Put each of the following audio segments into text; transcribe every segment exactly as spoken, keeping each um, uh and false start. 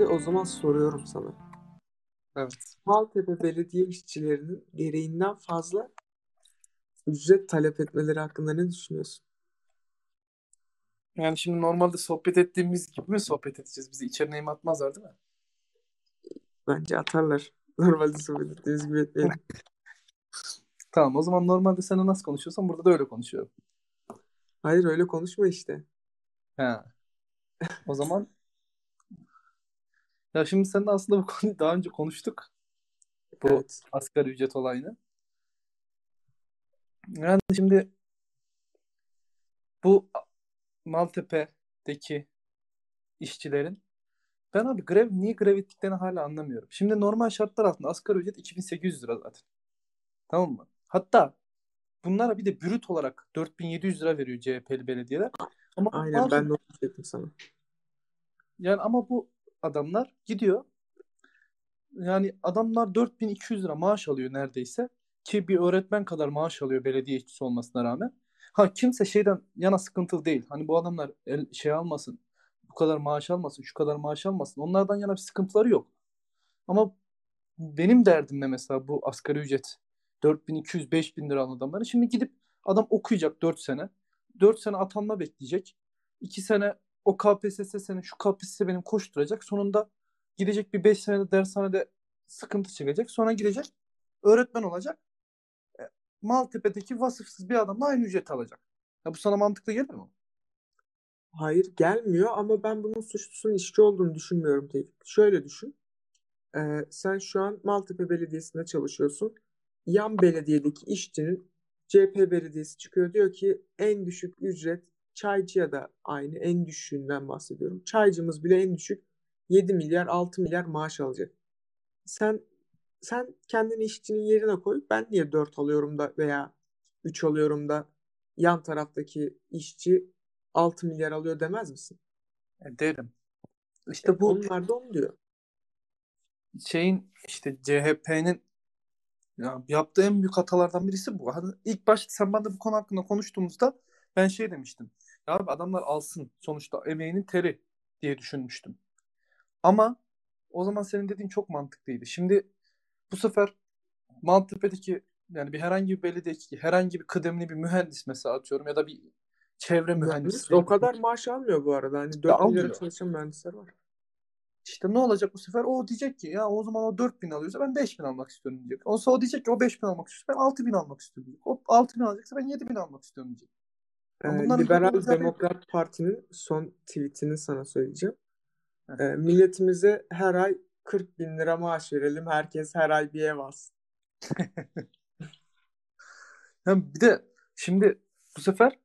Şimdi o zaman soruyorum sana. Evet. Maltepe Belediye işçilerinin gereğinden fazla ücret talep etmeleri hakkında ne düşünüyorsun? Yani şimdi normalde sohbet ettiğimiz gibi mi sohbet edeceğiz? Bizi içeri neyim atmazlar değil mi? Bence atarlar. Normalde sohbet ettiğimiz gibi etmeyelim. Tamam, o zaman normalde seninle nasıl konuşuyorsan burada da öyle konuşuyorum. Hayır, öyle konuşma işte. Ha. O zaman ya şimdi seninle aslında bu konuyu daha önce konuştuk. Bu Evet. asgari ücret olayını. Yani şimdi bu Maltepe'deki işçilerin ben abi grev niye grev ettiklerini hala anlamıyorum. Şimdi normal şartlar altında asgari ücret iki bin sekiz yüz lira zaten. Tamam mı? Hatta bunlara bir de brüt olarak dört bin yedi yüz lira veriyor C H P'li belediyeler. Ama bu Aynen, ben Maltepe de onu diyecektim sana. yani ama bu adamlar gidiyor. Yani adamlar dört bin iki yüz lira maaş alıyor neredeyse. Ki bir öğretmen kadar maaş alıyor belediye işçisi olmasına rağmen. Ha kimse şeyden yana sıkıntılı değil. Hani bu adamlar el, şey almasın, bu kadar maaş almasın, şu kadar maaş almasın. Onlardan yana bir sıkıntıları yok. Ama benim derdim ne mesela bu asgari ücret dört bin iki yüz beş bin lira alan adamları. Şimdi gidip adam okuyacak dört sene. Dört sene atanma bekleyecek. iki sene o K P S S senin şu K P S S benim koşturacak. Sonunda gidecek bir beş senede dershanede sıkıntı çekecek. Sonra gidecek öğretmen olacak. E, Maltepe'deki vasıfsız bir adamla aynı ücret alacak. Ya bu sana mantıklı gelir mi? Hayır, gelmiyor ama ben bunun suçlusunun işçi olduğunu düşünmüyorum Tevfik. Şöyle düşün. Ee, sen şu an Maltepe Belediyesi'nde çalışıyorsun. Yan belediyedeki işçinin C H P belediyesi çıkıyor, diyor ki en düşük ücret çaycıya da aynı, en düşüğünden bahsediyorum. Çaycımız bile en düşük yedi milyar altı milyar maaş alacak. Sen sen kendini işçinin yerine koy. Ben niye dört alıyorum da veya üç alıyorum da yan taraftaki işçi altı milyar alıyor demez misin? E, derim. E, İşte bu onlar da onu diyor. şeyin işte C H P'nin ya yaptığı en büyük hatalardan birisi bu. Hani ilk başta sen bana bu konu hakkında konuştuğumuzda ben şey demiştim. Ya abi adamlar alsın sonuçta emeğinin teri diye düşünmüştüm. Ama o zaman senin dediğin çok mantıklıydı. Şimdi bu sefer Maltepe'deki yani bir herhangi bir belediyedeki herhangi bir kıdemli bir mühendis mesela atıyorum ya da bir çevre Mühendis mühendisi o kadar maaş almıyor bu arada. Hani da dört milyara almıyor. çalışan mühendisler var. İşte ne olacak bu sefer? O diyecek ki ya o zaman o dört bin alıyorsa ben beş bin almak istiyorum diyecek. Olsa o diyecek ki o beş bin almak istiyorsa ben altı bin almak istiyorum diyecek. O altı bin alacaksa ben yedi bin almak istiyorum diyecek. Ee, Ama bunların böyle Liberal olacağı belli. Demokrat Parti'nin son tweetini sana söyleyeceğim. Heh. Ee, milletimize her ay kırk bin lira maaş verelim. Herkes her ay bir ev alsın. Hem bir de şimdi bu sefer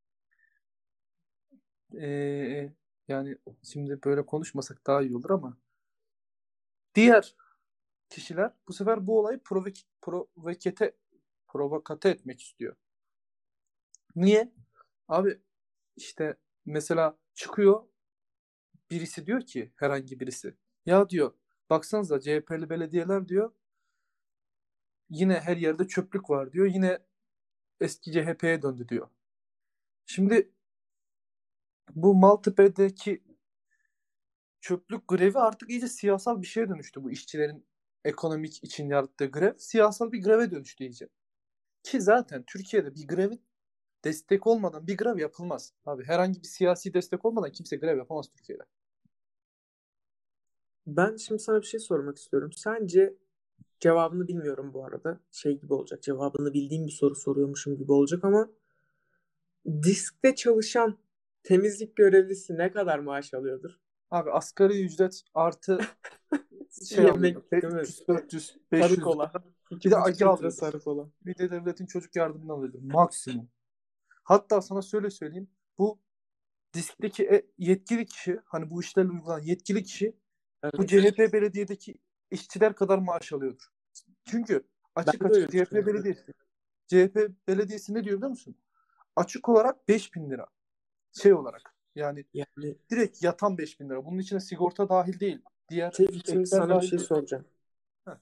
eee, yani şimdi böyle konuşmasak daha iyi olur ama diğer kişiler bu sefer bu olayı provok provokete provokate etmek istiyor. Niye? Abi işte mesela çıkıyor birisi diyor ki herhangi birisi ya diyor baksanıza C H P'li belediyeler diyor yine her yerde çöplük var diyor. Yine eski C H P'ye döndü diyor. Şimdi bu Maltepe'deki çöplük grevi artık iyice siyasal bir şeye dönüştü. Bu işçilerin ekonomik için yarattığı grev siyasal bir greve dönüştü iyice. Ki zaten Türkiye'de bir grevin destek olmadan bir grev yapılmaz. Abi herhangi bir siyasi destek olmadan kimse grev yapamaz Türkiye'de. Ben şimdi sana bir şey sormak istiyorum. Sence, cevabını bilmiyorum bu arada, şey gibi olacak, cevabını bildiğim bir soru soruyormuşum gibi olacak ama diskte çalışan temizlik görevlisi ne kadar maaş alıyordur? Abi asgari ücret artı şey alıyor. Yemek değil mi? üç yüz dört yüz Sarı beş yüz kola. lira. Bir iki de buçuk agi litre alıyordur. sarı kola. Bir de devletin çocuk yardımını alıyordur. Maksimum. Hatta sana şöyle söyleyeyim. Bu diskteki e- yetkili kişi hani bu işlerle uygulanan yetkili kişi bu Evet. C H P belediyedeki işçiler kadar maaş alıyordur. Çünkü açık Ben de öyle açık C H P düşünüyorum. belediyesi C H P belediyesi ne diyor biliyor musun? Açık olarak beş bin lira. Şey olarak yani Yani direkt yatan beş bin lira. Bunun içine sigorta dahil değil. Diğer Tevfik, şimdi ekler sana bir dahil şey değil. soracağım. Heh.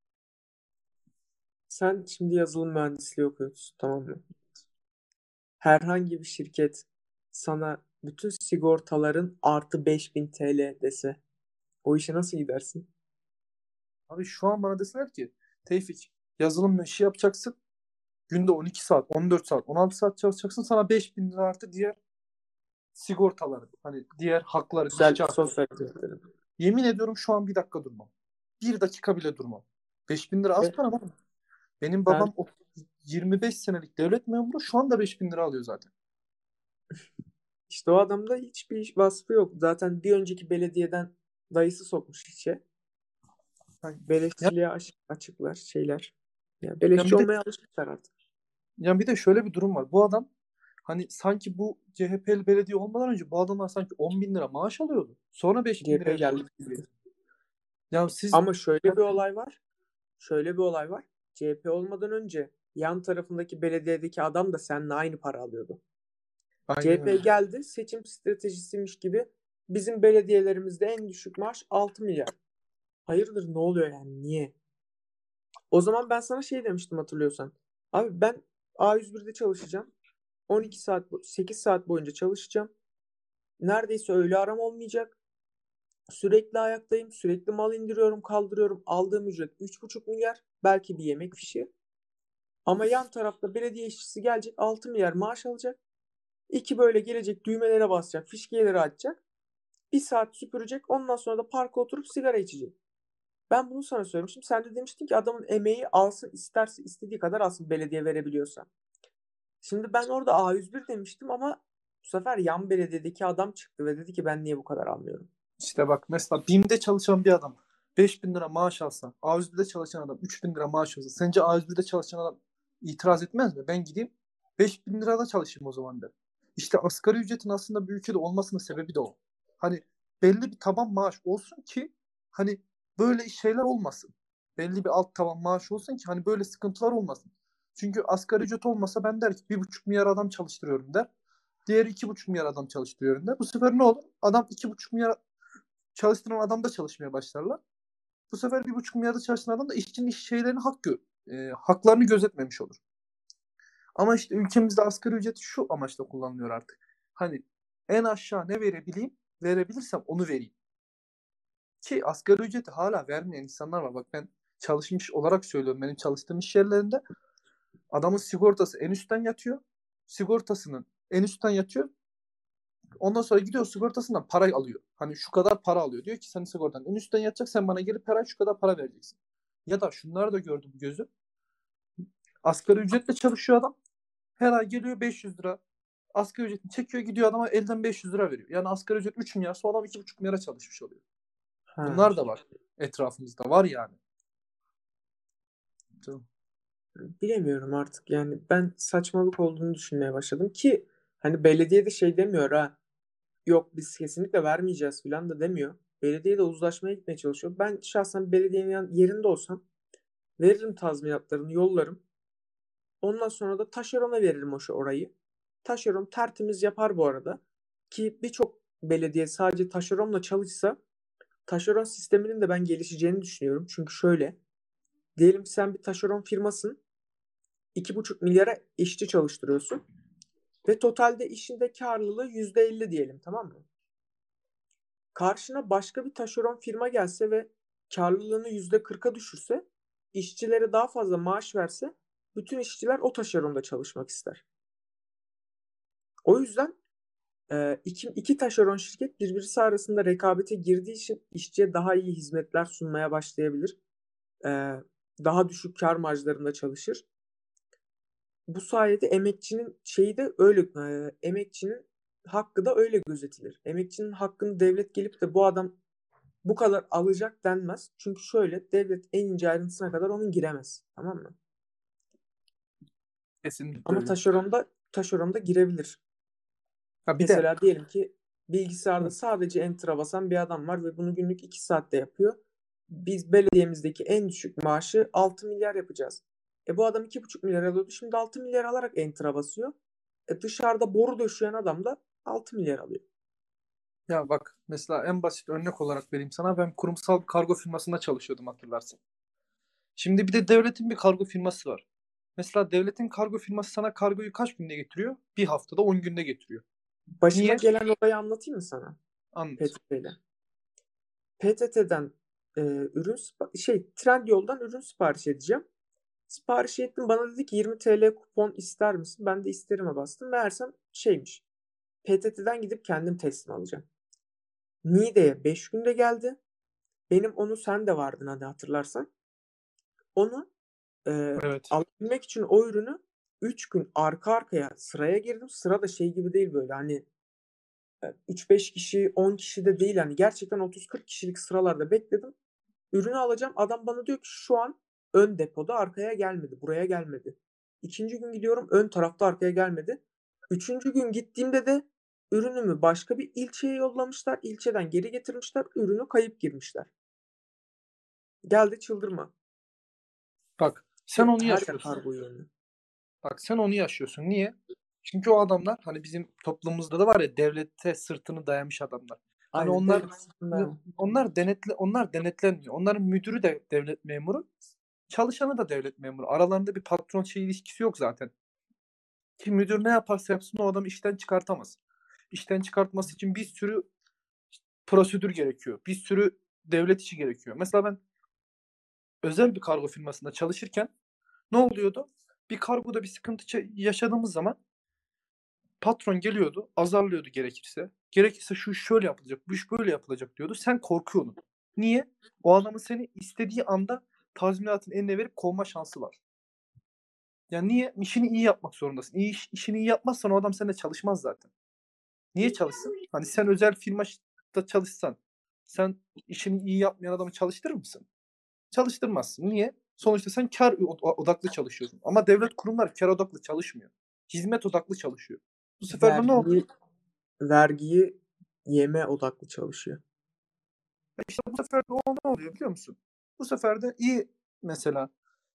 Sen şimdi yazılım mühendisliği okuyorsun, tamam mı? Herhangi bir şirket sana bütün sigortaların artı beş bin T L dese O işe nasıl gidersin? Abi şu an bana deseler ki Tevfik yazılım işi yapacaksın. Günde on iki saat, on dört saat, on altı saat çalışacaksın. Sana beş bin lira artı diğer sigortaları. Hani diğer hakları, Sosyal, işçi hakları. sosyal hizmetleri. Yemin ediyorum şu an bir dakika durmam. Bir dakika bile durmam. beş bin lira Ve az para mı? Benim sen babam o yirmi beş senelik devlet memuru şu anda beş bin lira alıyor zaten. işte o adamda hiçbir iş vasfı yok. Zaten bir önceki belediyeden dayısı sokmuş işe. Yani, ya, Beleşçiliğe aş- açıklar şeyler. Ya yani beleşçi bir de olmaya alışmışlar artık. yani bir de şöyle bir durum var. Bu adam hani sanki bu C H P'li belediye olmadan önce bu adamlar sanki on bin lira maaş alıyordu. Sonra beş bin C H P liraya geldi. düştü. Ya siz Ama şöyle bir olay var. Şöyle bir olay var. C H P olmadan önce yan tarafındaki belediyedeki adam da seninle aynı para alıyordu. aynen C H P öyle. geldi, seçim stratejisiymiş gibi bizim belediyelerimizde en düşük maaş altı milyar. Hayırdır, ne oluyor yani, niye? O zaman ben sana şey demiştim, hatırlıyorsan. Abi ben A yüz birde çalışacağım. on iki saat, sekiz saat boyunca çalışacağım. Neredeyse öğle aram olmayacak. Sürekli ayaktayım. Sürekli mal indiriyorum, kaldırıyorum. Aldığım ücret üç buçuk milyar. Belki bir yemek fişi. Ama yan tarafta belediye işçisi gelecek, altı milyar maaş alacak. İki böyle gelecek, düğmelere basacak, fişkiyeleri açacak. Bir saat süpürecek. Ondan sonra da parka oturup sigara içecek. Ben bunu sana söylemiştim. Sen de demiştin ki adamın emeği alsın, isterse istediği kadar alsın, belediye verebiliyorsa. Şimdi ben orada A yüz bir demiştim ama bu sefer yan belediyedeki adam çıktı ve dedi ki ben niye bu kadar almıyorum? İşte bak mesela BİM'de çalışan bir adam beş bin lira maaş alsa, A yüz birde çalışan adam üç bin lira maaş alsa, sence A yüz birde çalışan adam itiraz etmez mi? Ben gideyim beş bin lirada çalışayım o zaman der. İşte asgari ücretin aslında bir ülkede olmasının sebebi de o. Hani belli bir taban maaş olsun ki hani böyle şeyler olmasın. Belli bir alt taban maaş olsun ki hani böyle sıkıntılar olmasın. Çünkü asgari ücret olmasa ben der ki bir buçuk milyar adam çalıştırıyorum der. Diğeri iki buçuk milyar adam çalıştırıyorum der. Bu sefer ne olur? Adam iki buçuk milyar çalıştıran adam da çalışmaya başlarlar. Bu sefer bir buçuk milyarda çalışan adam da işçinin iş şeylerini hak gö e, haklarını gözetmemiş olur. Ama işte ülkemizde asgari ücret şu amaçla kullanılıyor artık. Hani en aşağı ne verebileyim, verebilirsem onu vereyim. Ki asgari ücreti hala vermeyen insanlar var. Bak ben çalışmış olarak söylüyorum. Benim çalıştığım iş yerlerinde adamın sigortası en üstten yatıyor. Sigortasının en üstten yatıyor. Ondan sonra gidiyor sigortasından para alıyor. Hani şu kadar para alıyor. Diyor ki senin sigortan en üstten yatacak, sen bana gelip her ay şu kadar para vereceksin. Ya da şunları da gördüm gözüm. Asgari ücretle çalışıyor adam. Her ay geliyor beş yüz lira. Asgari ücretini çekiyor gidiyor adama elden beş yüz lira veriyor. Yani asgari ücret üç milyarsa o adam iki buçuk milyara çalışmış oluyor. Ha. Bunlar da var. Etrafımızda var yani. Canım. Bilemiyorum artık, yani ben saçmalık olduğunu düşünmeye başladım ki hani belediye de şey demiyor ha, yok biz kesinlikle vermeyeceğiz falan da demiyor. Belediye de uzlaşmaya gitmeye çalışıyor. Ben şahsen belediyenin yerinde olsam veririm tazminatlarını, yollarım. Ondan sonra da taşerona veririm o şu orayı. Taşeron tertemiz yapar bu arada. Ki birçok belediye sadece taşeronla çalışsa taşeron sisteminin de ben gelişeceğini düşünüyorum. Çünkü şöyle, diyelim ki sen bir taşeron firmasın. iki buçuk milyara işçi çalıştırıyorsun. Ve totalde işinde karlılığı yüzde elli diyelim, tamam mı? Karşına başka bir taşeron firma gelse ve karlılığını yüzde kırka düşürse, işçilere daha fazla maaş verse bütün işçiler o taşeronda çalışmak ister. O yüzden e, iki, iki taşeron şirket birbirisi arasında rekabete girdiği için işçiye daha iyi hizmetler sunmaya başlayabilir. E, Daha düşük kar marjlarında çalışır. Bu sayede emekçinin şeyi de öyle, e, emekçinin hakkı da öyle gözetilir. Emekçinin hakkını devlet gelip de bu adam bu kadar alacak denmez. Çünkü şöyle, devlet en ince ayrıntısına kadar onun giremez. Tamam mı? Kesinlikle Ama öyle. taşeronda taşeronda girebilir. Ha bir de Mesela diyelim ki bilgisayarda hı, sadece enter'a basan bir adam var ve bunu günlük iki saatte yapıyor. Biz belediyemizdeki en düşük maaşı altı milyar yapacağız. E bu adam iki buçuk milyar alıyordu. Şimdi altı milyar alarak enter'a basıyor. E dışarıda boru döşeyen adam da altı milyar alıyor. ya bak mesela en basit örnek olarak vereyim sana. Ben kurumsal bir kargo firmasında çalışıyordum hatırlarsın. Şimdi bir de devletin bir kargo firması var. Mesela devletin kargo firması sana kargoyu kaç günde getiriyor? Bir haftada on günde getiriyor. Başıma Niye? gelen olayı anlatayım mı sana? Anlat. P T T'yle. P T T'den e, ürün sipa- şey Trendyol'dan ürün sipariş edeceğim. Sipariş ettim. Bana dedi ki yirmi T L kupon ister misin? Ben de isterime bastım. Meğersem şeymiş. P T T'den gidip kendim teslim alacağım. Niğde'ye beş günde geldi. Benim onu sen de vardın hadi hatırlarsan. Onu e, Evet. alabilmek için o ürünü üç gün arka arkaya sıraya girdim. Sıra da şey gibi değil böyle hani e, üç beş kişi on kişi de değil. Hani gerçekten otuz kırk kişilik sıralarda bekledim. Ürünü alacağım. Adam bana diyor ki şu an ön depoda arkaya gelmedi. Buraya gelmedi. İkinci gün gidiyorum ön tarafta arkaya gelmedi. Üçüncü gün gittiğimde de ürünümü başka bir ilçeye yollamışlar. İlçeden geri getirmişler. Ürünü kayıp girmişler. Geldi çıldırma. Bak sen Ve onu her yer yaşıyorsun. kargo yönü. Bak sen onu yaşıyorsun. Niye? Çünkü o adamlar hani bizim toplumumuzda da var ya devlete sırtını dayamış adamlar. Hani Aynen onlar devlet sırtında. onlar denetle onlar denetlenmiyor. Onların müdürü de devlet memuru, çalışanı da devlet memuru. Aralarında bir patron şey ilişkisi yok zaten. Ki müdür ne yaparsa yapsın o adamı işten çıkartamaz. İşten çıkartması için bir sürü prosedür gerekiyor. Bir sürü devlet işi gerekiyor. Mesela ben özel bir kargo firmasında çalışırken ne oluyordu? Bir kargoda bir sıkıntı yaşadığımız zaman patron geliyordu, azarlıyordu gerekirse. Gerekirse şu şöyle yapılacak, bu iş böyle yapılacak diyordu. Sen korkuyordun. Niye? O adamın seni istediği anda tazminatın eline verip kovma şansı var. Yani niye? İşini iyi yapmak zorundasın. İyi iş, işini iyi yapmazsan o adam seninle çalışmaz zaten. Niye çalışsın? Hani sen özel firmada çalışsan, sen işini iyi yapmayan adamı çalıştırır mısın? Çalıştırmazsın. Niye? Sonuçta sen kar odaklı çalışıyorsun. Ama devlet kurumları kar odaklı çalışmıyor. Hizmet odaklı çalışıyor. Bu sefer de ne oluyor? Vergiyi, vergiyi yeme odaklı çalışıyor. İşte bu sefer de o ne oluyor biliyor musun? Bu sefer de iyi mesela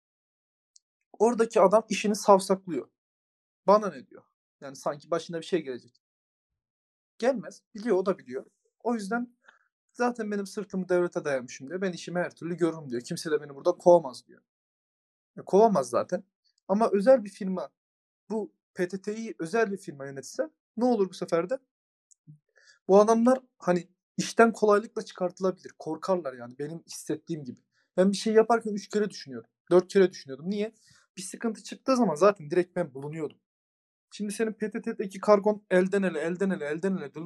oradaki adam işini savsaklıyor. Bana ne diyor? Yani sanki başına bir şey gelecek. Gelmez. Biliyor, o da biliyor. O yüzden zaten benim sırtımı devlete dayamışım diyor. Ben işimi her türlü görürüm diyor. Kimse de beni burada kovamaz diyor. E, kovamaz zaten. Ama özel bir firma bu P T T'yi özel bir firma yönetse ne olur bu sefer de? Bu adamlar hani işten kolaylıkla çıkartılabilir. Korkarlar yani benim hissettiğim gibi. Ben bir şey yaparken üç kere düşünüyordum. Dört kere düşünüyordum. Niye? Bir sıkıntı çıktığı zaman zaten direkt ben bulunuyordum. Şimdi senin P T T'deki kargon elden ele, elden ele, elden ele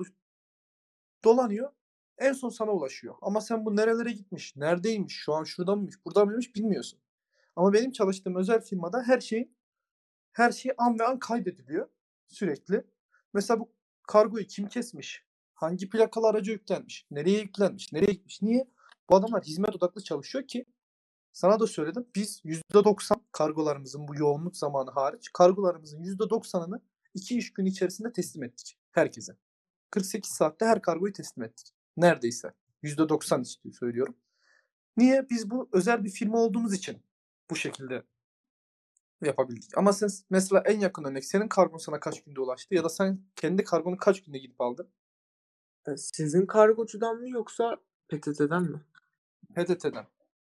dolanıyor. En son sana ulaşıyor. Ama sen bu nerelere gitmiş, neredeymiş, şu an şurada mıymış, burada mıymış bilmiyorsun. Ama benim çalıştığım özel firmada her şey her şey an ve an kaydediliyor sürekli. Mesela bu kargoyu kim kesmiş? Hangi plakalı araca yüklenmiş? Nereye yüklenmiş? Nereye gitmiş? Niye? Bu adamlar hizmet odaklı çalışıyor ki sana da söyledim. Biz yüzde doksan kargolarımızın bu yoğunluk zamanı hariç kargolarımızın yüzde doksanını iki iş günü içerisinde teslim ettik herkese. kırk sekiz saatte her kargoyu teslim ettik. Neredeyse. yüzde doksan için söylüyorum. Niye? Biz bu özel bir firma olduğumuz için bu şekilde yapabildik. Ama sen mesela en yakın örnek senin kargon sana kaç günde ulaştı ya da sen kendi kargonu kaç günde gidip aldın? E, Sizin kargocudan mı yoksa P T T'den mi? P T T'den.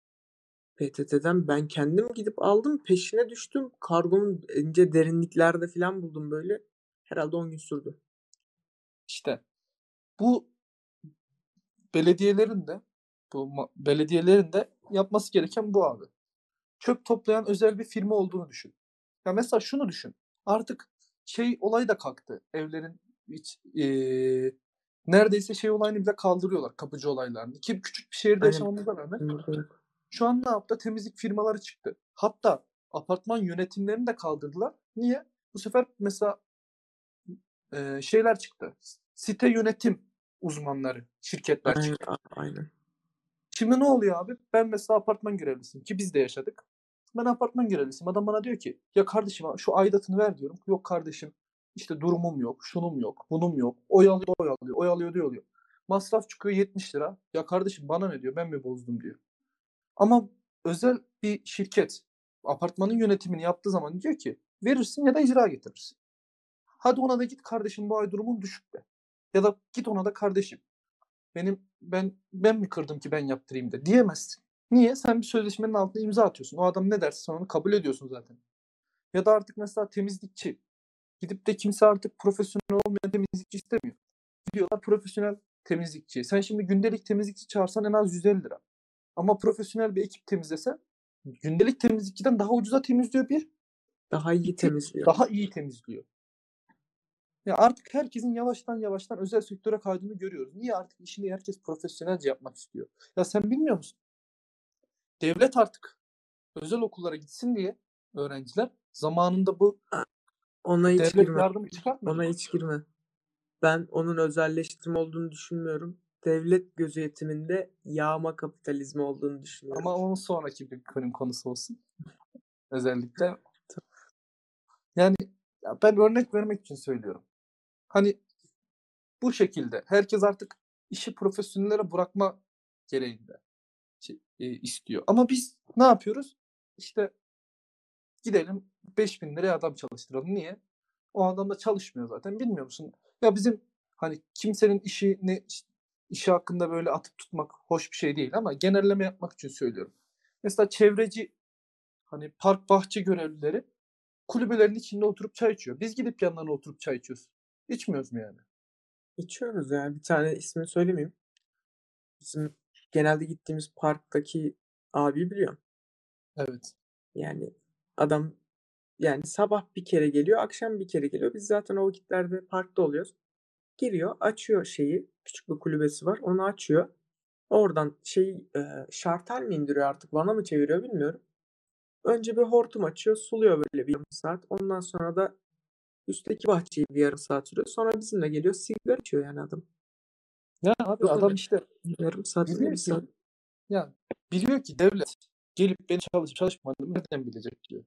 P T T'den ben kendim gidip aldım. Peşine düştüm. Kargonun ince derinliklerde falan buldum böyle. Herhalde on gün sürdü. İşte bu belediyelerin de bu ma- belediyelerin de yapması gereken bu abi. Çöp toplayan özel bir firma olduğunu düşün. Ya mesela şunu düşün. Artık şey olayı da kalktı. Evlerin hiç eee, neredeyse şey olayını bile kaldırıyorlar, kapıcı olaylarını. Ki küçük bir şehirde Aynen. yaşamamıza rağmen Bizim burada yok. şu an ne yaptı? Temizlik firmaları çıktı. Hatta apartman yönetimlerini de kaldırdılar. Niye? Bu sefer mesela eee, şeyler çıktı. Site yönetim uzmanları, şirketler Aynen. çıktı. a- Aynen. Şimdi ne oluyor abi? Ben mesela apartman görevlisiyim ki biz de yaşadık. Ben apartman görevlisiyim. Adam bana diyor ki ya kardeşim şu aidatını ver diyorum. Yok kardeşim işte durumum yok, şunum yok, bunum yok. Oy alıyor, oy alıyor, oy alıyor diyor oluyor. Masraf çıkıyor yetmiş lira. Ya kardeşim bana ne diyor? Ben mi bozdum diyor. Ama özel bir şirket apartmanın yönetimini yaptığı zaman diyor ki verirsin ya da icra getirirsin. Hadi ona da git kardeşim bu ay durumum düşük de. Ya da git ona da kardeşim benim ben ben mi kırdım ki ben yaptırayım da diyemezsin. Niye? Sen bir sözleşmenin altına imza atıyorsun. O adam ne derse sen onu kabul ediyorsun zaten. Ya da artık mesela temizlikçi. Gidip de kimse artık profesyonel olmayan temizlikçi istemiyor. Gidiyorlar profesyonel temizlikçi. Sen şimdi gündelik temizlikçi çağırsan en az yüz elli lira. Ama profesyonel bir ekip temizlese gündelik temizlikçiden daha ucuza temizliyor bir. Daha iyi İki, temizliyor. daha iyi temizliyor. Ya artık herkesin yavaştan yavaştan özel sektöre kaydığını görüyoruz. Niye artık işini herkes profesyonelce yapmak istiyor? Ya sen bilmiyor musun? Devlet artık özel okullara gitsin diye öğrenciler zamanında bu Ona hiç devlet girme. yardımı çıkartmadı Ona mı? hiç girme. Ben onun özelleştirme olduğunu düşünmüyorum. Devlet gözetiminde yağma kapitalizmi olduğunu düşünüyorum. Ama onun sonraki bir bölüm konusu olsun. Özellikle. Yani ya ben örnek vermek için söylüyorum. Hani bu şekilde herkes artık işi profesyonellere bırakma gereğinde şey, e, istiyor. Ama biz ne yapıyoruz? İşte gidelim beş bin liraya adam çalıştıralım. Niye? O adam da çalışmıyor zaten. Bilmiyor musun? Ya bizim hani kimsenin işini işi hakkında böyle atıp tutmak hoş bir şey değil ama genelleme yapmak için söylüyorum. Mesela çevreci hani park bahçe görevlileri kulübelerin içinde oturup çay içiyor. Biz gidip yanlarına oturup çay içiyoruz. İçmiyoruz mu yani? İçiyoruz yani. Bir tane ismini söylemeyeyim. Bizim genelde gittiğimiz parktaki abi biliyorum. Evet. Yani adam yani sabah bir kere geliyor, akşam bir kere geliyor. Biz zaten o vakitlerde parkta oluyoruz. Giriyor, açıyor şeyi. Küçük bir kulübesi var. Onu açıyor. Oradan şey e, şartel mi indiriyor artık? Vana mı çeviriyor bilmiyorum. Önce bir hortum açıyor, suluyor böyle bir yarım saat. Ondan sonra da üstteki bahçeyi bir yarım saat sürüyor. Sonra bizimle geliyor, sigara içiyor yani adam. Ya abi Bu adam kadar. işte Yarım saat ya da bir biliyor ki saat. ya biliyor ki devlet gelip beni çalışıp çalışmadığımı nereden bilecek diyor.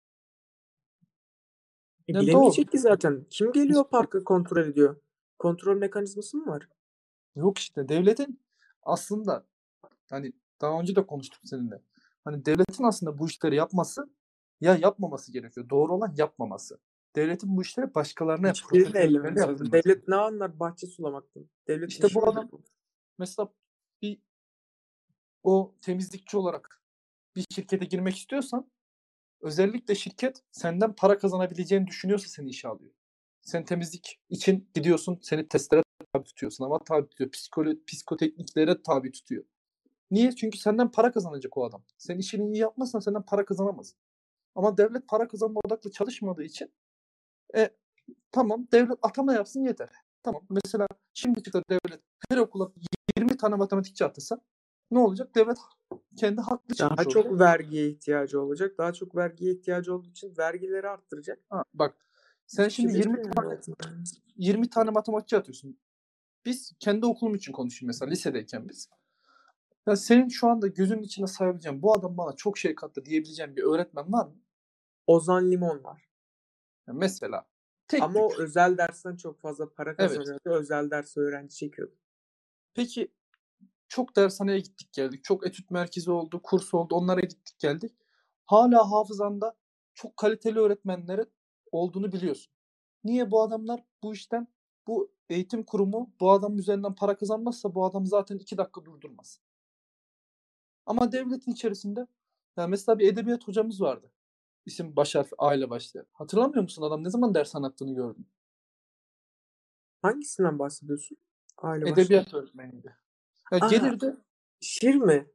E, Yani doğru. bilemeyecek ki zaten. Kim geliyor Hiçbir- parka kontrol ediyor? Kontrol mekanizması mı var? Yok işte devletin aslında hani daha önce de konuştuk seninle. Hani devletin aslında bu işleri yapması ya yapmaması gerekiyor. Doğru olan yapmaması. Devletin bu işleri başkalarına yap, Hiçbirini profesyonellerine ellememiz lazım. yaptırması. Devlet ne anlar bahçe sulamaktan? Devletin İşte işi bu midir adam bu? mesela bir o temizlikçi olarak bir şirkete girmek istiyorsan özellikle şirket senden para kazanabileceğini düşünüyorsa seni işe alıyor. Sen temizlik için gidiyorsun, seni testlere tabi tutuyor, sınava tabi tutuyor, psikolo psikotekniklere tabi tutuyor. Niye? Çünkü senden para kazanacak o adam. Sen işini iyi yapmazsan senden para kazanamaz. Ama devlet para kazanma odaklı çalışmadığı için e, tamam devlet atama yapsın yeter. Tamam mesela şimdi çıktı devlet her okula yirmi tane matematikçi atasa ne olacak? Devlet kendi haklı Daha çıkmış olacak. çok vergiye ihtiyacı olacak. Daha çok vergiye ihtiyacı olduğu için vergileri arttıracak. Ha, bak sen Hiçbir şey şimdi yirmi değişmiyor tane hayatında. yirmi tane matematikçi atıyorsun. Biz kendi okulum için konuşayım mesela lisedeyken biz. Ya senin şu anda gözünün içine sayabileceğin bu adam bana çok şey kattı diyebileceğin bir öğretmen var mı? Ozan Limon var. Ya mesela tek Ama tük. o özel dersten çok fazla para Evet. kazanıyordu. Özel ders öğrenci çekiyordu. Peki çok dershaneye gittik geldik. Çok etüt merkezi oldu, kurs oldu. Onlara gittik geldik. Hala hafızanda çok kaliteli öğretmenlerin olduğunu biliyorsun. Niye bu adamlar bu işten bu eğitim kurumu bu adam üzerinden para kazanmazsa bu adam zaten iki dakika durdurmaz. Ama devletin içerisinde ya mesela bir edebiyat hocamız vardı. İsim baş harfi A ile başlayan. Hatırlamıyor musun adam ne zaman ders anlattığını gördün? Hangisinden bahsediyorsun? Aile başlayan. Edebiyat öğretmeniydi. Ya Aa, gelirdi şiir mi?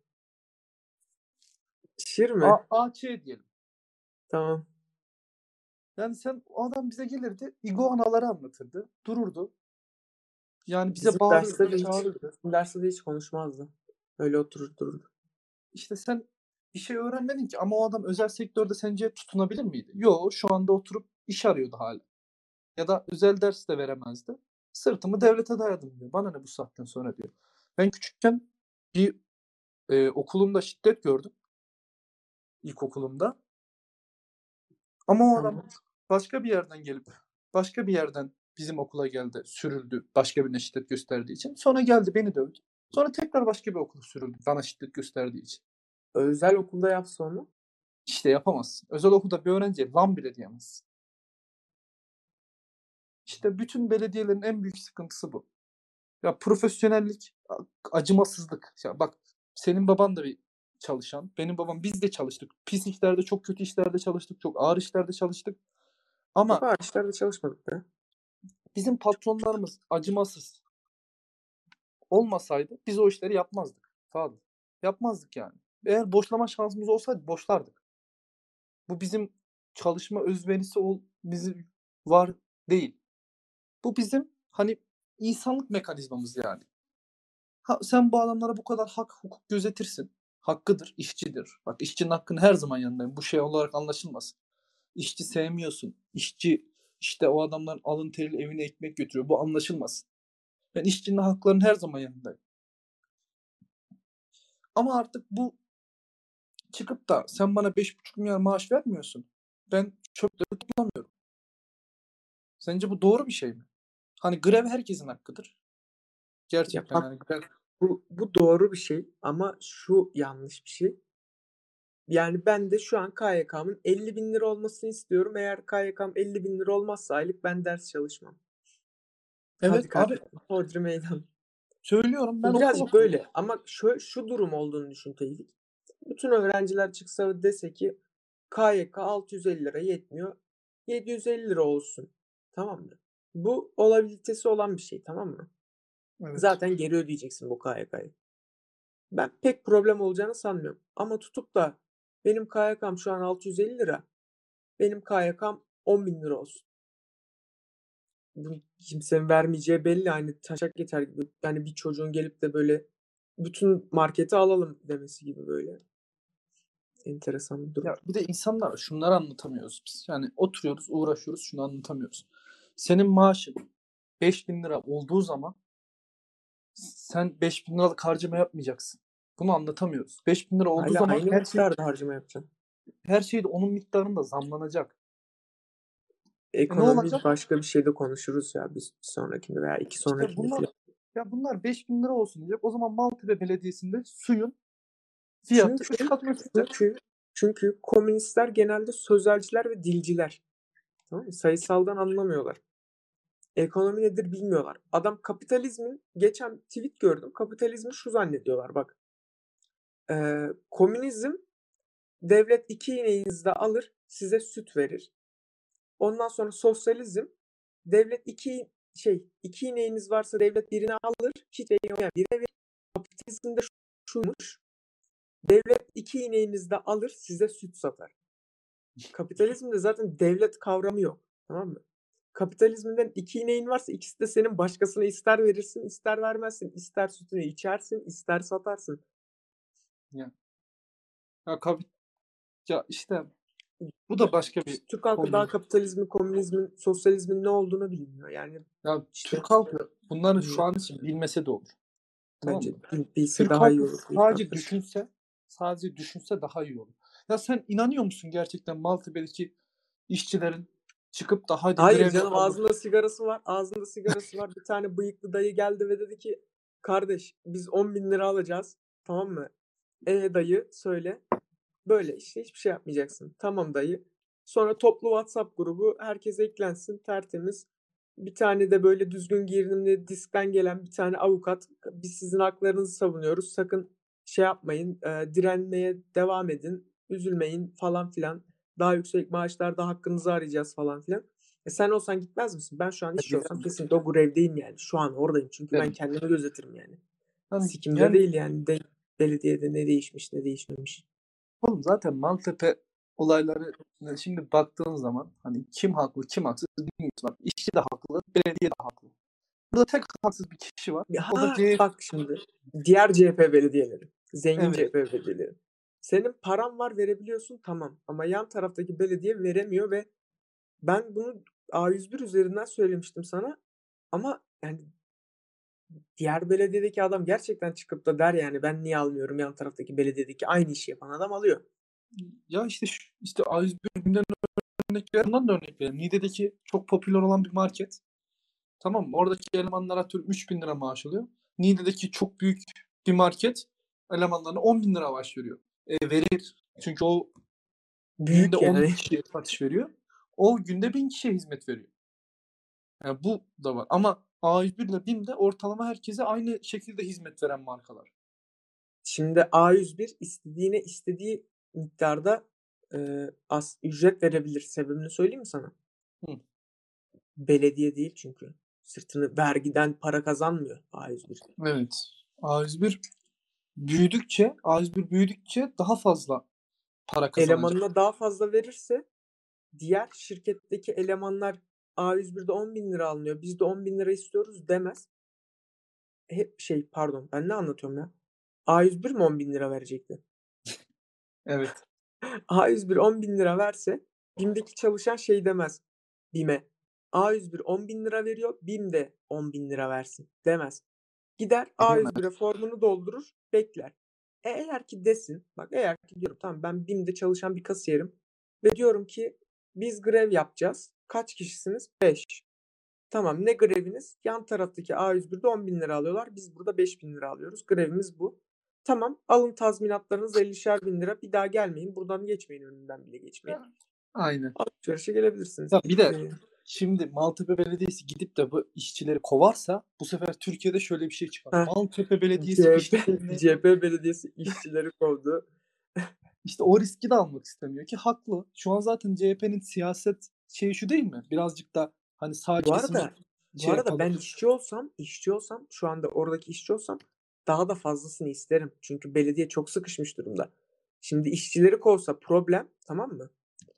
Şiir A, mi? A Ç diyelim. Tamam. Yani sen o adam bize gelirdi iguanaları anlatırdı. Dururdu. Yani bize Bizim derste bağırırdı, de hiç çağırırdı. bizim derste de hiç konuşmazdı. Öyle oturur dururdu. İşte sen bir şey öğrenmedin ki ama o adam özel sektörde sence tutunabilir miydi? Yok şu anda oturup iş arıyordu hala. Ya da özel ders de veremezdi. Sırtımı devlete dayadım diyor. Bana ne bu saatten sonra diyor. Ben küçükken bir e, okulumda şiddet gördüm. İlkokulumda. Ama o adam Tamam. başka bir yerden gelip başka bir yerden bizim okula geldi. Sürüldü. Başka birine şiddet gösterdiği için. Sonra geldi beni dövdü. Sonra tekrar başka bir okula sürüldü. Bana şiddet gösterdiği için. Özel okulda yapsa onu. İşte yapamazsın. Özel okulda bir öğrenciye lan bile diyemezsin. İşte bütün belediyelerin en büyük sıkıntısı bu. Ya profesyonellik, acımasızlık. Ya bak senin baban da bir çalışan. Benim babam biz de çalıştık. Pis işlerde, çok kötü işlerde çalıştık. Çok ağır işlerde çalıştık. Çok Ama ağır işlerde çalışmadık be. bizim patronlarımız acımasız. olmasaydı biz o işleri yapmazdık. Fadıl. Yapmazdık yani. Eğer boşlama şansımız olsaydı boşlardık. Bu bizim çalışma özverisi ol, bizim var değil. Bu bizim hani insanlık mekanizmamız yani. Ha, sen bu adamlara bu kadar hak hukuk gözetirsin. Hakkıdır, işçidir. Bak işçinin hakkını her zaman yanındayım. Bu şey olarak anlaşılmasın. İşçi sevmiyorsun. İşçi işte o adamların alın teriyle evine ekmek götürüyor. Bu anlaşılmasın. Ben işçinin haklarının her zaman yanındayım. Ama artık bu çıkıp da sen bana beş buçuk milyar maaş vermiyorsun. Ben çöpleri toplamıyorum. Sence bu doğru bir şey mi? Hani grev herkesin hakkıdır. Ya Gerçekten bak, yani grev. bu, bu doğru bir şey ama şu yanlış bir şey. Yani ben de şu an K Y K'mın elli bin lira olmasını istiyorum. Eğer K Y K'm elli bin lira olmazsa aylık ben ders çalışmam. Evet Hadi abi kardeşim, hodri meydan. söylüyorum ben Bu okul birazcık okuyorum. böyle ama şu, şu durum olduğunu düşün Tevfik. Bütün öğrenciler çıksa ve dese ki K Y K altı yüz elli lira yetmiyor. yedi yüz elli lira olsun. Tamam mı? Bu olabilitesi olan bir şey, tamam mı? Evet. Zaten geri ödeyeceksin bu K Y K'yı. Ben pek problem olacağını sanmıyorum. Ama tutup da benim K Y K'm şu an altı yüz elli lira. Benim K Y K'm on bin lira olsun. Bunu kimsenin vermeyeceği belli. Hani taşak geçer gibi. Yani bir çocuğun gelip de böyle bütün marketi alalım demesi gibi böyle. Enteresan bir durum. Ya bir de insanlara şunları anlatamıyoruz biz. Yani oturuyoruz, uğraşıyoruz, şunu anlatamıyoruz. Senin maaşın beş bin lira olduğu zaman sen beş bin liralık harcama yapmayacaksın. Bunu anlatamıyoruz. beş bin lira olduğu Hala zaman aynı her şey miktarda harcama yapacaksın. her şey de onun miktarında zamlanacak. E ne Ekonomi olacak? başka bir şeyde konuşuruz ya biz bir sonrakinde veya iki İşte sonrakinde bunlar falan. ya bunlar beş bin lira olsun diyecek. O zaman Maltepe Belediyesi'nde suyun fiyatı Çünkü üç katına çıkacak. çünkü çünkü komünistler genelde sözelciler ve dilciler. Tamam mı? Sayısaldan anlamıyorlar. Ekonomi nedir bilmiyorlar. Adam kapitalizmin, geçen tweet gördüm. Kapitalizmi şu zannediyorlar bak. Ee, komünizm, devlet iki ineğinizi de alır size süt verir. Ondan sonra sosyalizm, devlet iki şey iki ineğiniz varsa devlet birini alır, hiç olmayan birine verir. Kapitalizmde şuymuş. Devlet iki ineğinizi de alır size süt satar. Kapitalizmde zaten devlet kavramı yok. Tamam mı? Kapitalizmden iki ineğin varsa ikisi de senin, başkasına ister verirsin ister vermezsin. İster sütünü içersin ister satarsın. Ya, ya, kapi- ya işte bu da başka bir Türk halkı daha konu. kapitalizmin, komünizmin, sosyalizmin ne olduğunu bilmiyor. Yani Ya işte Türk halkı bunları şu bilmiyorum. an için bilmese de olur. Tamam Bence mı? bil- bilse Türk daha iyi halkı olur ilk sadece başta. düşünse, sadece düşünse daha iyi olur. Ya sen inanıyor musun gerçekten Maltepe'deki işçilerin çıkıp da hadi Hayır grev canım, yapalım. ağzında sigarası var. Ağzında sigarası var. Bir tane bıyıklı dayı geldi ve dedi ki kardeş biz on bin lira alacağız. Tamam mı? E dayı söyle. Böyle işte hiçbir şey yapmayacaksın. Tamam dayı. Sonra toplu WhatsApp grubu, herkes eklensin, tertemiz. Bir tane de böyle düzgün giyinimli diskten gelen bir tane avukat. Biz sizin haklarınızı savunuyoruz. Sakın şey yapmayın. E, direnmeye devam edin. Üzülmeyin falan filan. Daha yüksek maaşlarda hakkınızı arayacağız falan filan. E sen olsan gitmez misin? Ben şu an işçi olsam Giderim. kesinlikle o grevdeyim yani. Şu an oradayım. Çünkü ben Giderim. kendimi gözetirim yani. Yani, Sikimde yani değil yani. De, belediyede ne değişmiş ne değişmemiş. oğlum zaten Maltepe olayları şimdi baktığın zaman hani kim haklı kim haksız bilmiyorsun. Bak, işçi de haklı, belediye de haklı. Burada tek haksız bir kişi var. O da Ha C H P. bak şimdi. Diğer C H P belediyeleri. Zengin Evet. C H P belediyeleri. Senin paran var verebiliyorsun tamam. Ama yan taraftaki belediye veremiyor ve ben bunu A yüz bir üzerinden söylemiştim sana. Ama yani diğer belediyedeki adam gerçekten çıkıp da der yani ben niye almıyorum, yan taraftaki belediyedeki aynı işi yapan adam alıyor. Ya işte şu, işte A yüz birden örnek ver, bundan da örnek verelim. Niğde'deki çok popüler olan bir market. Tamam mı? Oradaki elemanlar atıyorum üç bin lira maaş alıyor. Niğde'deki çok büyük bir market elemanlarına on bin lira maaş veriyor. E, verir. Çünkü o günde Büyük on yani. kişiye satış veriyor. O günde bin kişiye hizmet veriyor. Yani bu da var. Ama A yüz bir ile BİM'de ortalama herkese aynı şekilde hizmet veren markalar. Şimdi A yüz bir istediğine istediği miktarda e, az ücret verebilir. Sebebini söyleyeyim mi sana? Hı. Belediye değil çünkü. Sırtını vergiden para kazanmıyor A yüz bir. Evet. A yüz bir büyüdükçe, A yüz bir büyüdükçe daha fazla para kazanacak. Elemanına daha fazla verirse diğer şirketteki elemanlar A yüz birde on bin lira alınıyor. Biz de on bin lira istiyoruz demez. Hep şey pardon ben ne anlatıyorum ya? A yüz bir mi on bin lira verecekti? Evet. A yüz bir on bin lira verse B İ M'deki çalışan şey demez B İ M'e. A yüz bir on bin lira veriyor, B İ M de on bin lira versin demez. Gider A yüz bire formunu doldurur, bekler. E eğer ki desin, bak eğer ki diyorum tamam ben B İ M'de çalışan bir kasiyerim ve diyorum ki biz grev yapacağız. Kaç kişisiniz? beş. Tamam ne greviniz? Yan taraftaki A yüz birde on bin lira alıyorlar. Biz burada beş bin lira alıyoruz. Grevimiz bu. Tamam alın tazminatlarınız ellişer bin lira. Bir daha gelmeyin. Buradan geçmeyin önünden bile geçmeyin. Aynen. Alışverişe gelebilirsiniz. Ya bir Bitti. de şimdi Maltepe Belediyesi gidip de bu işçileri kovarsa bu sefer Türkiye'de şöyle bir şey çıkar. Heh. Maltepe Belediyesi C H P, işçilerini C H P belediyesi işçileri kovdu. işte o riski de almak istemiyor ki haklı. Şu an zaten C H P'nin siyaset şeyi şu değil mi? Birazcık da hani sağ Bu kesimi arada bu şey arada yapalım. ben işçi olsam, işçi olsam şu anda oradaki işçi olsam daha da fazlasını isterim. Çünkü belediye çok sıkışmış durumda. Şimdi işçileri kovsa problem, tamam mı?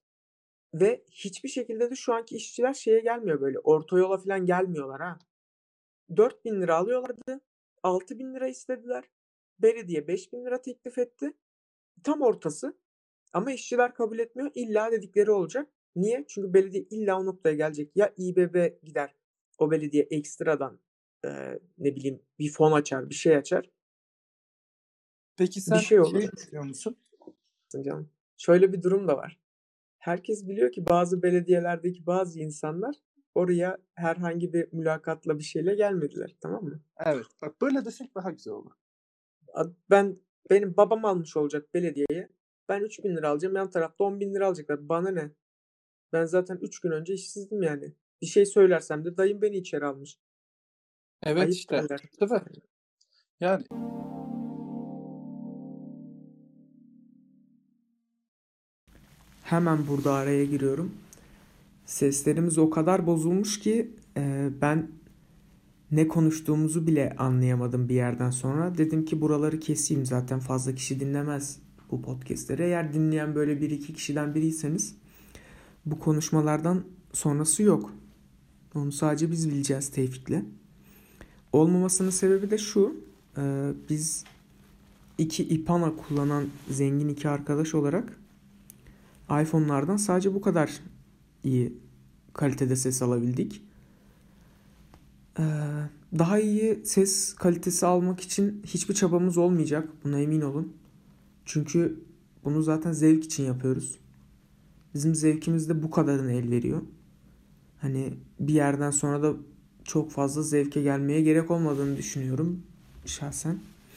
Ve hiçbir şekilde de şu anki işçiler şeye gelmiyor böyle. Orta yola falan gelmiyorlar ha. dört bin lira alıyorlardı. altı bin lira istediler. Belediye beş bin lira teklif etti. Tam ortası. Ama işçiler kabul etmiyor. İlla dedikleri olacak. Niye? Çünkü belediye illa o noktaya gelecek. Ya İBB gider. O belediye ekstradan eee, ne bileyim bir fon açar, bir şey açar. Peki Bir sen şey olur. şey düşünüyor musun? Canım. Şöyle bir durum da var. Herkes biliyor ki bazı belediyelerdeki bazı insanlar oraya herhangi bir mülakatla bir şeyle gelmediler. Tamam mı? Evet. Bak böyle desek daha güzel olur. Ben benim babam almış olacak belediyeye. Ben üç bin lira alacağım. Yan tarafta on bin lira alacaklar. Bana ne? Ben zaten üç gün önce işsizdim yani. Bir şey söylersem de dayım beni içeri almış. Evet Ayıp işte. derler. Bu sefer yani Hemen burada araya giriyorum. Seslerimiz o kadar bozulmuş ki e, ben ne konuştuğumuzu bile anlayamadım bir yerden sonra. Dedim ki buraları keseyim zaten fazla kişi dinlemez bu podcastleri. Eğer dinleyen böyle bir iki kişiden biriyseniz bu konuşmalardan sonrası yok. Onu sadece biz bileceğiz Tevfik'le. Olmamasının sebebi de şu. E, biz iki ipana kullanan zengin iki arkadaş olarak iPhone'lardan sadece bu kadar iyi kalitede ses alabildik. Ee, daha iyi ses kalitesi almak için hiçbir çabamız olmayacak. Buna emin olun. Çünkü bunu zaten zevk için yapıyoruz. Bizim zevkimiz de bu kadarını el veriyor. Hani bir yerden sonra da çok fazla zevke gelmeye gerek olmadığını düşünüyorum şahsen.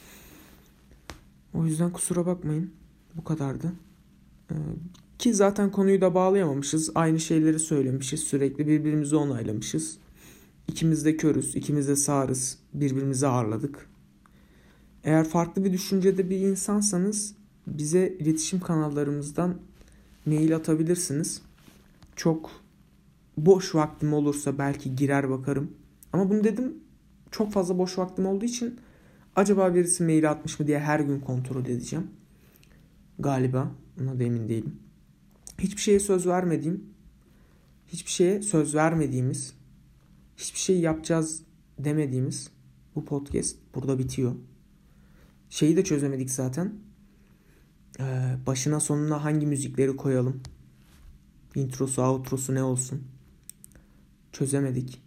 O yüzden kusura bakmayın. Bu kadardı. Ee, ki zaten konuyu da bağlayamamışız. Aynı şeyleri söylemişiz. Sürekli birbirimizi onaylamışız. İkimiz de körüz, ikimiz de sağırız. Birbirimizi ağırladık. Eğer farklı bir düşüncede bir insansanız bize iletişim kanallarımızdan mail atabilirsiniz. Çok boş vaktim olursa belki girer bakarım. Ama bunu dedim çok fazla boş vaktim olduğu için acaba birisi mail atmış mı diye her gün kontrol edeceğim. Galiba. Ona da emin değilim. Hiçbir şeye söz vermediğim, hiçbir şeye söz vermediğimiz, hiçbir şey yapacağız demediğimiz bu podcast burada bitiyor. Şeyi de çözemedik zaten. Ee, başına sonuna hangi müzikleri koyalım? Introsu, outrosu ne olsun? Çözemedik.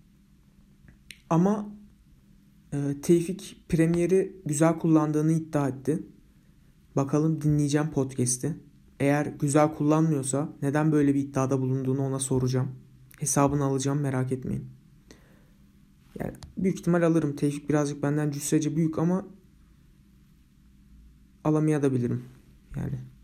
Ama e, Tevfik Premier'i güzel kullandığını iddia etti. Bakalım dinleyeceğim podcast'i. Eğer güzel kullanmıyorsa neden böyle bir iddiada bulunduğunu ona soracağım. Hesabını alacağım merak etmeyin. Yani büyük ihtimal alırım. Tevfik birazcık benden cüssece büyük ama alamayabilirim. Yani